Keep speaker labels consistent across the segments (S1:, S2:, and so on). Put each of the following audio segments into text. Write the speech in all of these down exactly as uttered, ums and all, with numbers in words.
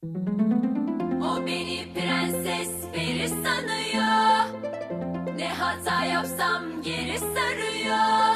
S1: O beni prenses peri sanıyor. Ne hata yapsam geri sarıyor.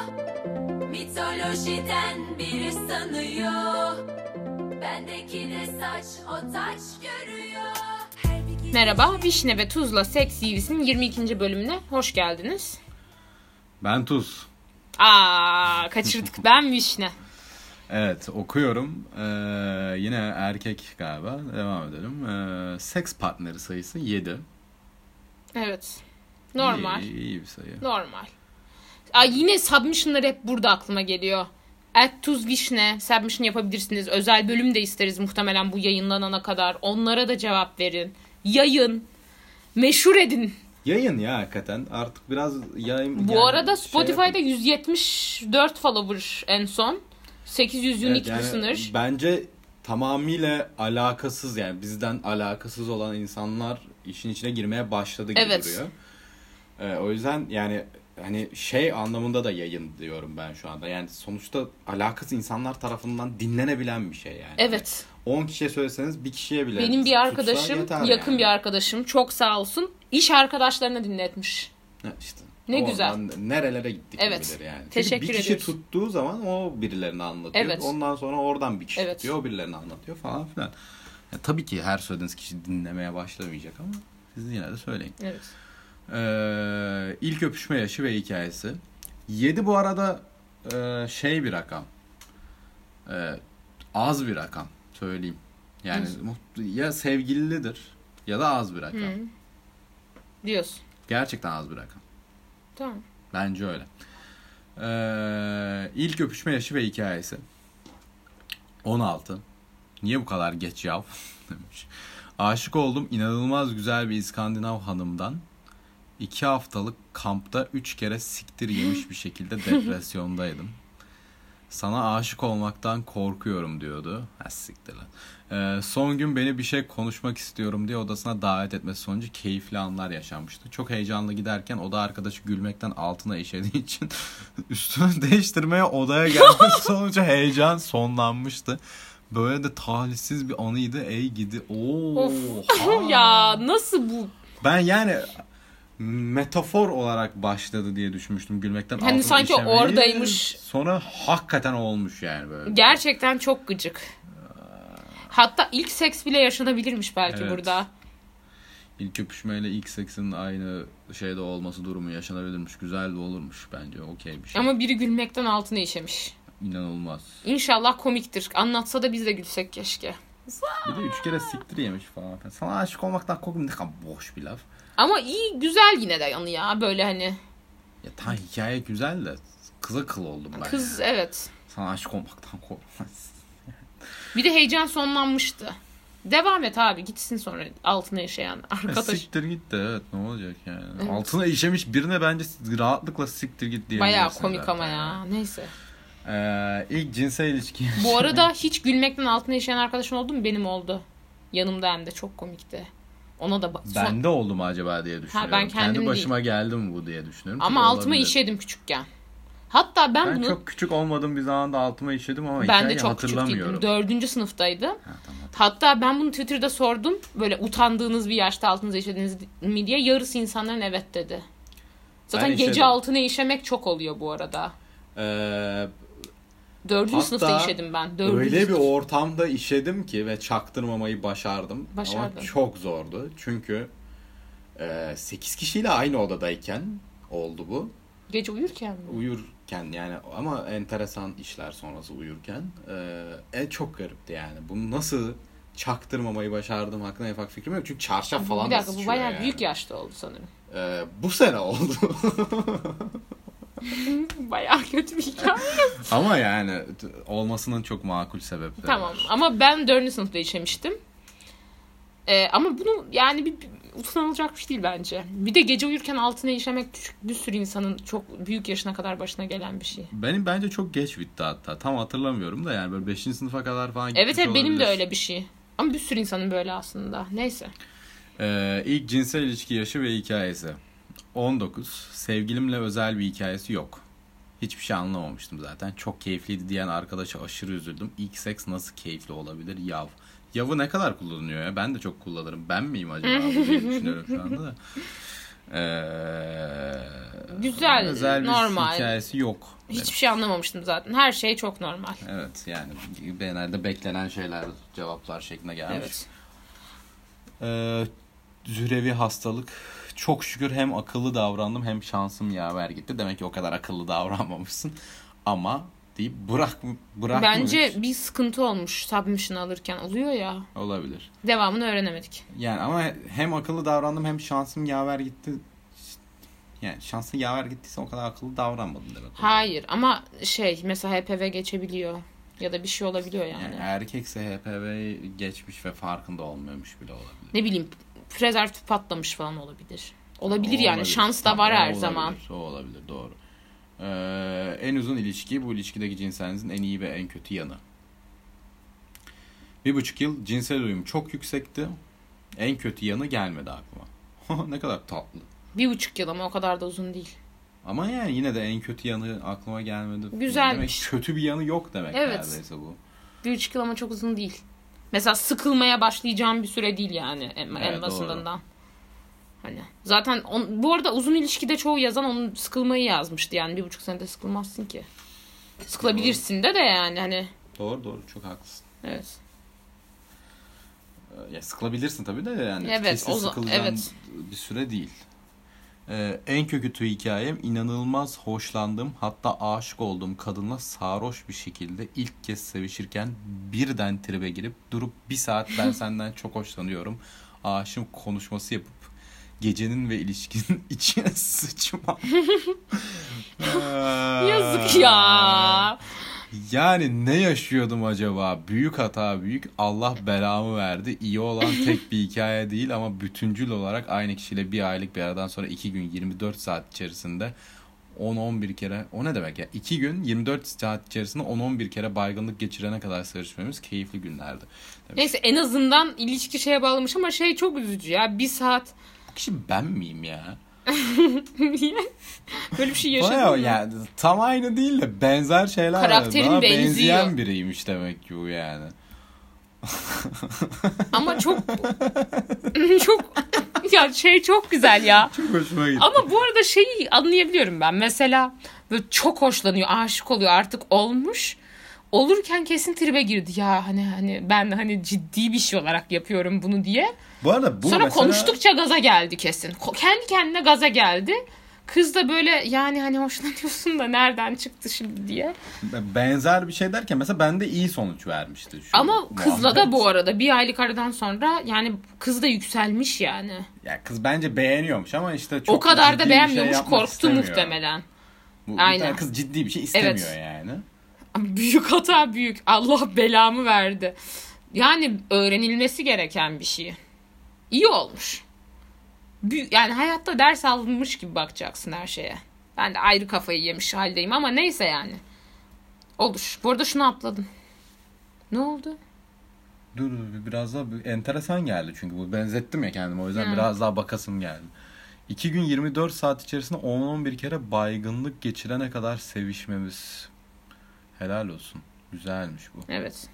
S1: Mitolojiden biri sanıyor. Bendeki de saç o taç görüyor.
S2: Merhaba, Vişne ve Tuz'la Seks Yivis'in yirmi ikinci bölümüne hoş geldiniz.
S3: Ben Tuz.
S2: Aa, kaçırdık. Ben Vişne.
S3: Evet, okuyorum. Ee, yine erkek galiba. Devam edelim. Ee, seks partneri sayısı yedi.
S2: Evet. Normal.
S3: İyi, iyi bir sayı.
S2: Normal. Aa, yine submission'lar hep burada aklıma geliyor. At Tuz Vişne submission yapabilirsiniz. Özel bölüm de isteriz muhtemelen bu yayınlanana kadar. Onlara da cevap verin. Yayın. Meşhur edin.
S3: Yayın ya hakikaten. Artık biraz yayın...
S2: Bu
S3: yani
S2: arada
S3: şey
S2: Spotify'da
S3: yapın.
S2: yüz yetmiş dört follower en son. sekiz yüz unique
S3: Evet, yani
S2: listener.
S3: bence tamamıyla alakasız, yani bizden alakasız olan insanlar işin içine girmeye başladı gibi
S2: Evet.
S3: duruyor. Ee, o yüzden yani hani şey anlamında da yayın diyorum ben şu anda. Yani sonuçta alakasız insanlar tarafından dinlenebilen bir şey yani.
S2: Evet.
S3: on kişiye söyleseniz bir kişiye bile
S2: Benim bir
S3: tutsa
S2: arkadaşım,
S3: yeter
S2: yakın
S3: yani.
S2: bir arkadaşım, çok sağ olsun, iş arkadaşlarına dinletmiş.
S3: Ha, işte.
S2: Ne
S3: Oradan
S2: güzel.
S3: nerelere gittik
S2: Evet.
S3: bilir yani. Çünkü
S2: Teşekkür
S3: bir kişi
S2: ediyoruz.
S3: tuttuğu zaman o birilerine anlatıyor.
S2: Evet.
S3: Ondan sonra oradan bir kişi
S2: Evet.
S3: tutuyor, o birilerine anlatıyor falan filan. Ya, tabii ki her söylediğiniz kişi dinlemeye başlamayacak ama siz yine de söyleyin.
S2: Evet.
S3: Ee, ilk öpüşme yaşı ve hikayesi. yedi bu arada e, şey bir rakam. E, az bir rakam söyleyeyim. Yani muht- ya sevgilidir ya da az bir rakam.
S2: Hı. Diyorsun.
S3: Gerçekten az bir rakam.
S2: Tamam.
S3: Bence öyle. Ee, ilk öpüşme yaşı ve hikayesi. on altı. Niye bu kadar geç yav? demiş. Aşık oldum inanılmaz güzel bir İskandinav hanımdan. İki haftalık kampta üç kere siktir yemiş bir şekilde depresyondaydım. Sana aşık olmaktan korkuyorum diyordu. Ha siktir lan. Ee, son gün beni bir şey konuşmak istiyorum diye odasına davet etmesi sonucu keyifli anlar yaşanmıştı. Çok heyecanlı giderken oda arkadaşı gülmekten altına işediği için üstünü değiştirmeye odaya gelmesi sonucu heyecan sonlanmıştı. Böyle de talihsiz bir anıydı. Ey gidi. Oo.
S2: Ya nasıl bu?
S3: Ben yani metafor olarak başladı diye düşünmüştüm gülmekten.
S2: Hani
S3: altına
S2: sanki
S3: işemeyi.
S2: oradaymış.
S3: Sonra hakikaten olmuş yani böyle.
S2: Gerçekten çok gıcık. Hatta ilk seks bile yaşanabilirmiş belki
S3: Evet.
S2: burada.
S3: İlk öpüşmeyle ilk seksin aynı şeyde olması durumu yaşanabilirmiş. Güzel de olurmuş bence. Okey bir şey.
S2: Ama biri gülmekten altına işemiş.
S3: İnanılmaz.
S2: İnşallah komiktir. Anlatsa da biz de gülsek keşke.
S3: Bir de üç kere siktir yemiş falan. Sana aşık olmaktan korkum ne kadar boş bir laf.
S2: Ama iyi, güzel yine de anı ya. Böyle hani
S3: Ya tam hikaye güzel de kıza kıl oldum ben.
S2: kız
S3: yani.
S2: evet.
S3: Sana aşık olmaktan korkmaz.
S2: Bir de heyecan sonlanmıştı. Devam et abi, gitsin sonra altına yaşayan arkadaş.
S3: Siktir git de evet, ne olacak yani.
S2: Evet.
S3: Altına işemiş birine bence rahatlıkla siktir git diyebilirsin.
S2: Bayağı komik
S3: zaten
S2: ama ya. Neyse.
S3: Ee, ilk cinsel ilişki.
S2: Bu arada hiç gülmekten altına yaşayan arkadaşın oldu mu? Benim oldu. Yanımda hem de çok komikti. Ona da bak. son-
S3: Bende oldu mu acaba diye düşünüyorum.
S2: ben kendim
S3: Kendi
S2: değil.
S3: başıma geldi mi bu diye düşünüyorum.
S2: Ama
S3: Çünkü
S2: altıma
S3: olabilir.
S2: işedim küçükken. Hatta ben,
S3: Ben
S2: bunu
S3: çok küçük olmadığım bir zamanda altıma işedim ama
S2: ben
S3: hikayeyi
S2: de çok küçük
S3: hatırlamıyorum.
S2: değildim. Dördüncü sınıftaydım.
S3: Ha, tamam.
S2: Hatta ben bunu Twitter'da sordum. Böyle utandığınız bir yaşta altınıza işediniz mi diye. Yarısı insanların evet dedi. Zaten
S3: Ben
S2: gece
S3: işedim.
S2: altına işemek çok oluyor bu arada.
S3: Ee,
S2: Dördüncü
S3: Hatta
S2: sınıfta işedim ben. Dördüncü
S3: öyle bir
S2: sınıf.
S3: ortamda işedim ki ve çaktırmamayı başardım.
S2: Başardın.
S3: Ama çok zordu. Çünkü e, sekiz kişiyle aynı odadayken oldu bu.
S2: Gece uyurken mi?
S3: Uyurken yani, ama enteresan işler sonrası uyurken. E, e, çok garipti yani. Bunu nasıl çaktırmamayı başardım hakkında en ufak fikrim yok. Çünkü çarşaf falan
S2: Bir
S3: da
S2: dakika, bu
S3: sıçıyor
S2: bayağı
S3: yani.
S2: büyük yaşta oldu sanırım.
S3: E, bu sene oldu.
S2: Bayağı kötü bir hikaye.
S3: Ama yani t- olmasının çok makul sebepleri
S2: Tamam
S3: var.
S2: ama ben dördüncü sınıfta işemiştim. Ee, ama bunu yani bir, bir utanılacak bir şey değil bence. Bir de gece uyurken altına işemek küçük bir sürü insanın çok büyük yaşına kadar başına gelen bir şey.
S3: Benim bence çok geç bitti hatta. Tam hatırlamıyorum da yani böyle beşinci sınıfa kadar falan
S2: Evet
S3: gitmiş
S2: evet benim de
S3: olabilir.
S2: öyle bir şey. Ama bir sürü insanın böyle aslında. Neyse.
S3: Ee, ilk cinsel ilişki yaşı ve hikayesi. on dokuz. Sevgilimle özel bir hikayesi yok. Hiçbir şey anlamamıştım zaten. Çok keyifliydi diyen arkadaşa aşırı üzüldüm. İlk seks nasıl keyifli olabilir? Yav. Yavı ne kadar kullanılıyor ya? Ben de çok kullanırım. Ben miyim acaba bu diye düşünüyorum şu anda da. Ee,
S2: Güzel,
S3: özel bir
S2: normal.
S3: hikayesi yok.
S2: Hiçbir şey anlamamıştım zaten. Her şey çok normal.
S3: Evet yani genelde beklenen şeyler cevaplar şeklinde gelmiş.
S2: Evet.
S3: Ee, zürevi hastalık. Çok şükür hem akıllı davrandım hem şansım yaver gitti. Demek ki o kadar akıllı davranmamışsın. Ama deyip bırak bırakmamış.
S2: Bence bir sıkıntı olmuş submission alırken. Oluyor ya.
S3: Olabilir.
S2: Devamını öğrenemedik.
S3: Yani ama hem akıllı davrandım hem şansım yaver gitti. Yani şansın yaver gittiyse o kadar akıllı davranmadım demek.
S2: Hayır ama şey mesela H P V geçebiliyor. Ya da bir şey olabiliyor yani.
S3: Yani erkekse H P V geçmiş ve farkında olmuyormuş bile olabilir.
S2: Ne bileyim prezervatif patlamış falan olabilir. Olabilir
S3: O
S2: yani
S3: olabilir.
S2: şans da
S3: Tamam,
S2: var
S3: o
S2: her
S3: olabilir,
S2: zaman.
S3: O olabilir doğru. Ee, en uzun ilişki bu ilişkideki cinselinizin en iyi ve en kötü yanı. Bir buçuk yıl cinsel uyum çok yüksekti. En kötü yanı gelmedi aklıma. Ne kadar tatlı.
S2: Bir buçuk yıl ama o kadar da uzun değil.
S3: Ama yani yine de en kötü yanı aklıma gelmedi.
S2: Güzelmiş.
S3: Demek kötü bir yanı yok demek
S2: Evet.
S3: neredeyse bu.
S2: Bir buçuk yıl ama çok uzun değil. Mesela sıkılmaya başlayacağım bir süre değil yani en, en
S3: Evet,
S2: basitinden. Hani zaten on, bu arada uzun ilişkide çoğu yazan onun sıkılmayı yazmıştı yani bir buçuk senede sıkılmazsın ki. Sıkılabilirsin de de yani hani.
S3: Doğru doğru çok haklısın.
S2: Evet.
S3: Ya sıkılabilirsin tabii de yani
S2: Evet,
S3: kesin
S2: o za-
S3: sıkılacağın
S2: evet.
S3: bir süre değil. Ee, en kötü hikayem inanılmaz hoşlandığım hatta aşık olduğum kadınla sarhoş bir şekilde ilk kez sevişirken birden tribe girip durup bir saat ben senden çok hoşlanıyorum aşığım konuşması yapıp gecenin ve ilişkinin içine sıçmam.
S2: Yazık ya.
S3: Yani ne yaşıyordum acaba? Büyük hata büyük. Allah belamı verdi. İyi olan tek bir hikaye değil ama bütüncül olarak aynı kişiyle bir aylık bir aradan sonra iki gün yirmi dört saat içerisinde on on bir kere o ne demek ya? iki gün yirmi dört saat içerisinde on on bir kere baygınlık geçirene kadar sevişmemiz keyifli günlerdi. Demiş.
S2: Neyse en azından ilişki şeye bağlamış ama şey çok üzücü ya. Bir saat
S3: Bu kişi ben miyim ya?
S2: böyle bir şey yaşadın
S3: Bayağı
S2: mı?
S3: yani tam aynı değil de benzer şeyler.
S2: Karakterin
S3: Bana
S2: benziyor.
S3: benzeyen biriymiş demek ki bu yani.
S2: Ama çok çok ya şey çok güzel ya.
S3: Çok hoşuma gitti.
S2: Ama bu arada şeyi anlayabiliyorum ben. Mesela böyle çok hoşlanıyor, aşık oluyor, artık olmuş. Olurken kesin tribe girdi ya hani hani ben hani ciddi bir şey olarak yapıyorum bunu diye.
S3: Bu arada bu
S2: Sonra
S3: mesela...
S2: konuştukça gaza geldi kesin. Ko- Kendi kendine gaza geldi. Kız da böyle yani hani hoşlanıyorsun da nereden çıktı şimdi diye.
S3: Benzer bir şey derken mesela bende iyi sonuç vermişti. Şu
S2: Ama kızla da
S3: muhabbet.
S2: bu arada bir aylık aradan sonra yani kız da yükselmiş yani.
S3: Ya kız bence beğeniyormuş ama işte çok
S2: O kadar
S3: ciddi
S2: da
S3: bir
S2: beğenmiyormuş,
S3: şey yapmak
S2: korktu
S3: istemiyor.
S2: muhtemelen.
S3: Bu,
S2: Aynen.
S3: Bir tane kız ciddi bir şey istemiyor
S2: Evet.
S3: yani.
S2: Ama büyük hata büyük. Allah belamı verdi. Yani öğrenilmesi gereken bir şey. İyi olmuş. Büyük, yani hayatta ders alınmış gibi bakacaksın her şeye. Ben de ayrı kafayı yemiş haldeyim ama neyse yani. Olur. Bu arada şunu atladım. Ne oldu?
S3: Dur dur biraz daha bir- enteresan geldi çünkü bu benzettim ya kendimi o yüzden
S2: Hı.
S3: biraz daha bakasım geldi. iki gün yirmi dört saat içerisinde on on bir kere baygınlık geçirene kadar sevişmemiz. Helal olsun. Güzelmiş bu.
S2: Evet.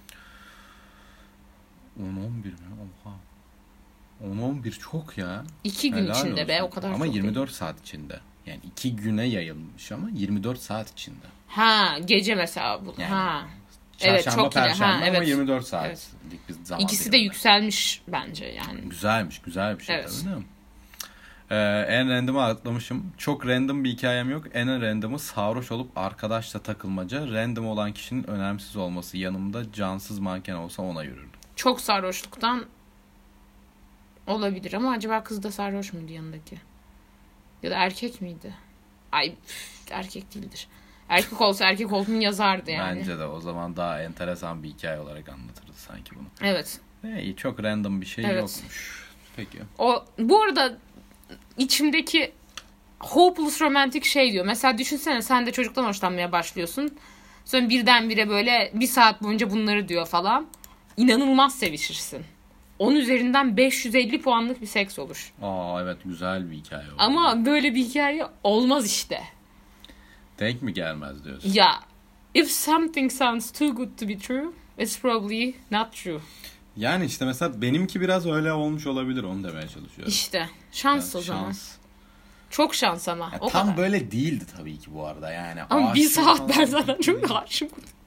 S3: on on bir mi? Oha. on on bir çok ya.
S2: İki gün
S3: Helal
S2: içinde be
S3: olsun.
S2: o kadar
S3: Ama
S2: çok
S3: yirmi dört
S2: değil.
S3: saat içinde. Yani iki güne yayılmış ama yirmi dört saat içinde.
S2: Ha gece mesela bu.
S3: Yani
S2: ha.
S3: Çarşamba,
S2: Evet, çok yine.
S3: perşembe
S2: Ha,
S3: ama
S2: evet.
S3: yirmi dört saatlik
S2: Evet.
S3: bir zaman
S2: İkisi de
S3: dilimi.
S2: yükselmiş bence yani.
S3: Güzelmiş, güzel bir şey
S2: Evet.
S3: tabii değil mi? Ee, en random'ı atlamışım. Çok random bir hikayem yok. En random'ı sarhoş olup arkadaşla takılmaca. Random olan kişinin önemsiz olması. Yanımda cansız manken olsa ona yürürdüm.
S2: Çok sarhoşluktan olabilir ama acaba kız da sarhoş muydu yanındaki? Ya da erkek miydi? Ay püf, erkek değildir. Erkek olsa erkek olduğunu yazardı yani.
S3: Bence de o zaman daha enteresan bir hikaye olarak anlatırız sanki bunu.
S2: Evet.
S3: E, iyi, çok random bir şey
S2: Evet.
S3: yokmuş. Peki.
S2: O bu arada içimdeki hopeless romantik şey diyor. Mesela düşünsene sen de çocuktan hoşlanmaya başlıyorsun. Sonra birdenbire böyle bir saat boyunca bunları diyor falan. İnanılmaz sevişirsin. on üzerinden beş yüz elli puanlık bir seks olur.
S3: Aa evet güzel bir hikaye oldu.
S2: Ama böyle bir hikaye olmaz işte.
S3: Denk mi gelmez diyorsun?
S2: Ya if something sounds too good to be true, it's probably not true.
S3: Yani işte mesela benimki biraz öyle olmuş olabilir, onu demeye çalışıyorum.
S2: İşte şans
S3: Yani
S2: o zaman.
S3: şans.
S2: Çok şans ama.
S3: Ya
S2: o
S3: tam
S2: kadar.
S3: böyle değildi tabii ki bu arada yani.
S2: Ama bir
S3: aşığım
S2: saat
S3: falan
S2: ben zaten çok
S3: değil.
S2: aşığım.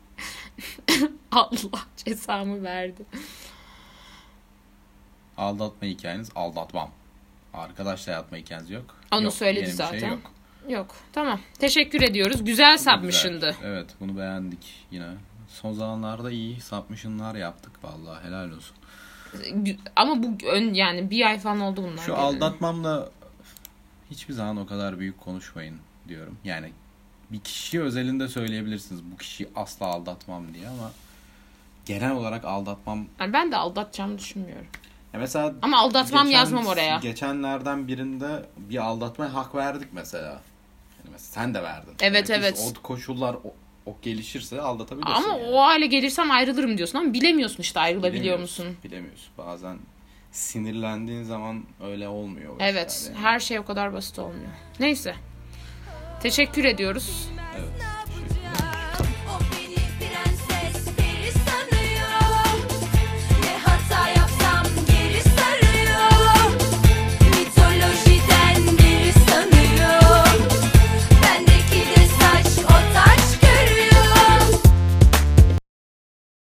S2: Allah cezamı verdi.
S3: Aldatma hikayeniz aldatmam. Arkadaşla yatma hikayeniz yok.
S2: Onu
S3: Yok,
S2: söyledi
S3: yeni bir şey
S2: zaten.
S3: yok.
S2: Yok. Tamam. Teşekkür ediyoruz. Güzel submission'dı.
S3: Güzel. Evet, bunu beğendik yine. Son zamanlarda iyi submission'lar yaptık vallahi, helal olsun.
S2: Ama bu ön yani bir ay falan oldu bunlar.
S3: Şu
S2: geleli.
S3: aldatmamla hiçbir zaman o kadar büyük konuşmayın diyorum. Yani bir kişi özelinde söyleyebilirsiniz bu kişiyi asla aldatmam diye, ama genel olarak aldatmam.
S2: Yani ben de aldatacağımı düşünmüyorum.
S3: Ya mesela
S2: Ama aldatmam
S3: geçen-
S2: yazmam oraya.
S3: Geçenlerden birinde bir aldatmaya hak verdik mesela. Yani mesela sen de verdin.
S2: Evet,
S3: Demek ki
S2: evet.
S3: O koşullar o, o gelişirse aldatabilirsin.
S2: Ama
S3: yani.
S2: o hale gelirsem ayrılırım diyorsun ama bilemiyorsun işte ayrılabiliyor
S3: Bilemiyorsun,
S2: musun?
S3: Bilemiyorsun. Bazen sinirlendiğin zaman öyle olmuyor. o
S2: Evet.
S3: işler yani.
S2: Her şey o kadar basit olmuyor. Neyse. Teşekkür ediyoruz.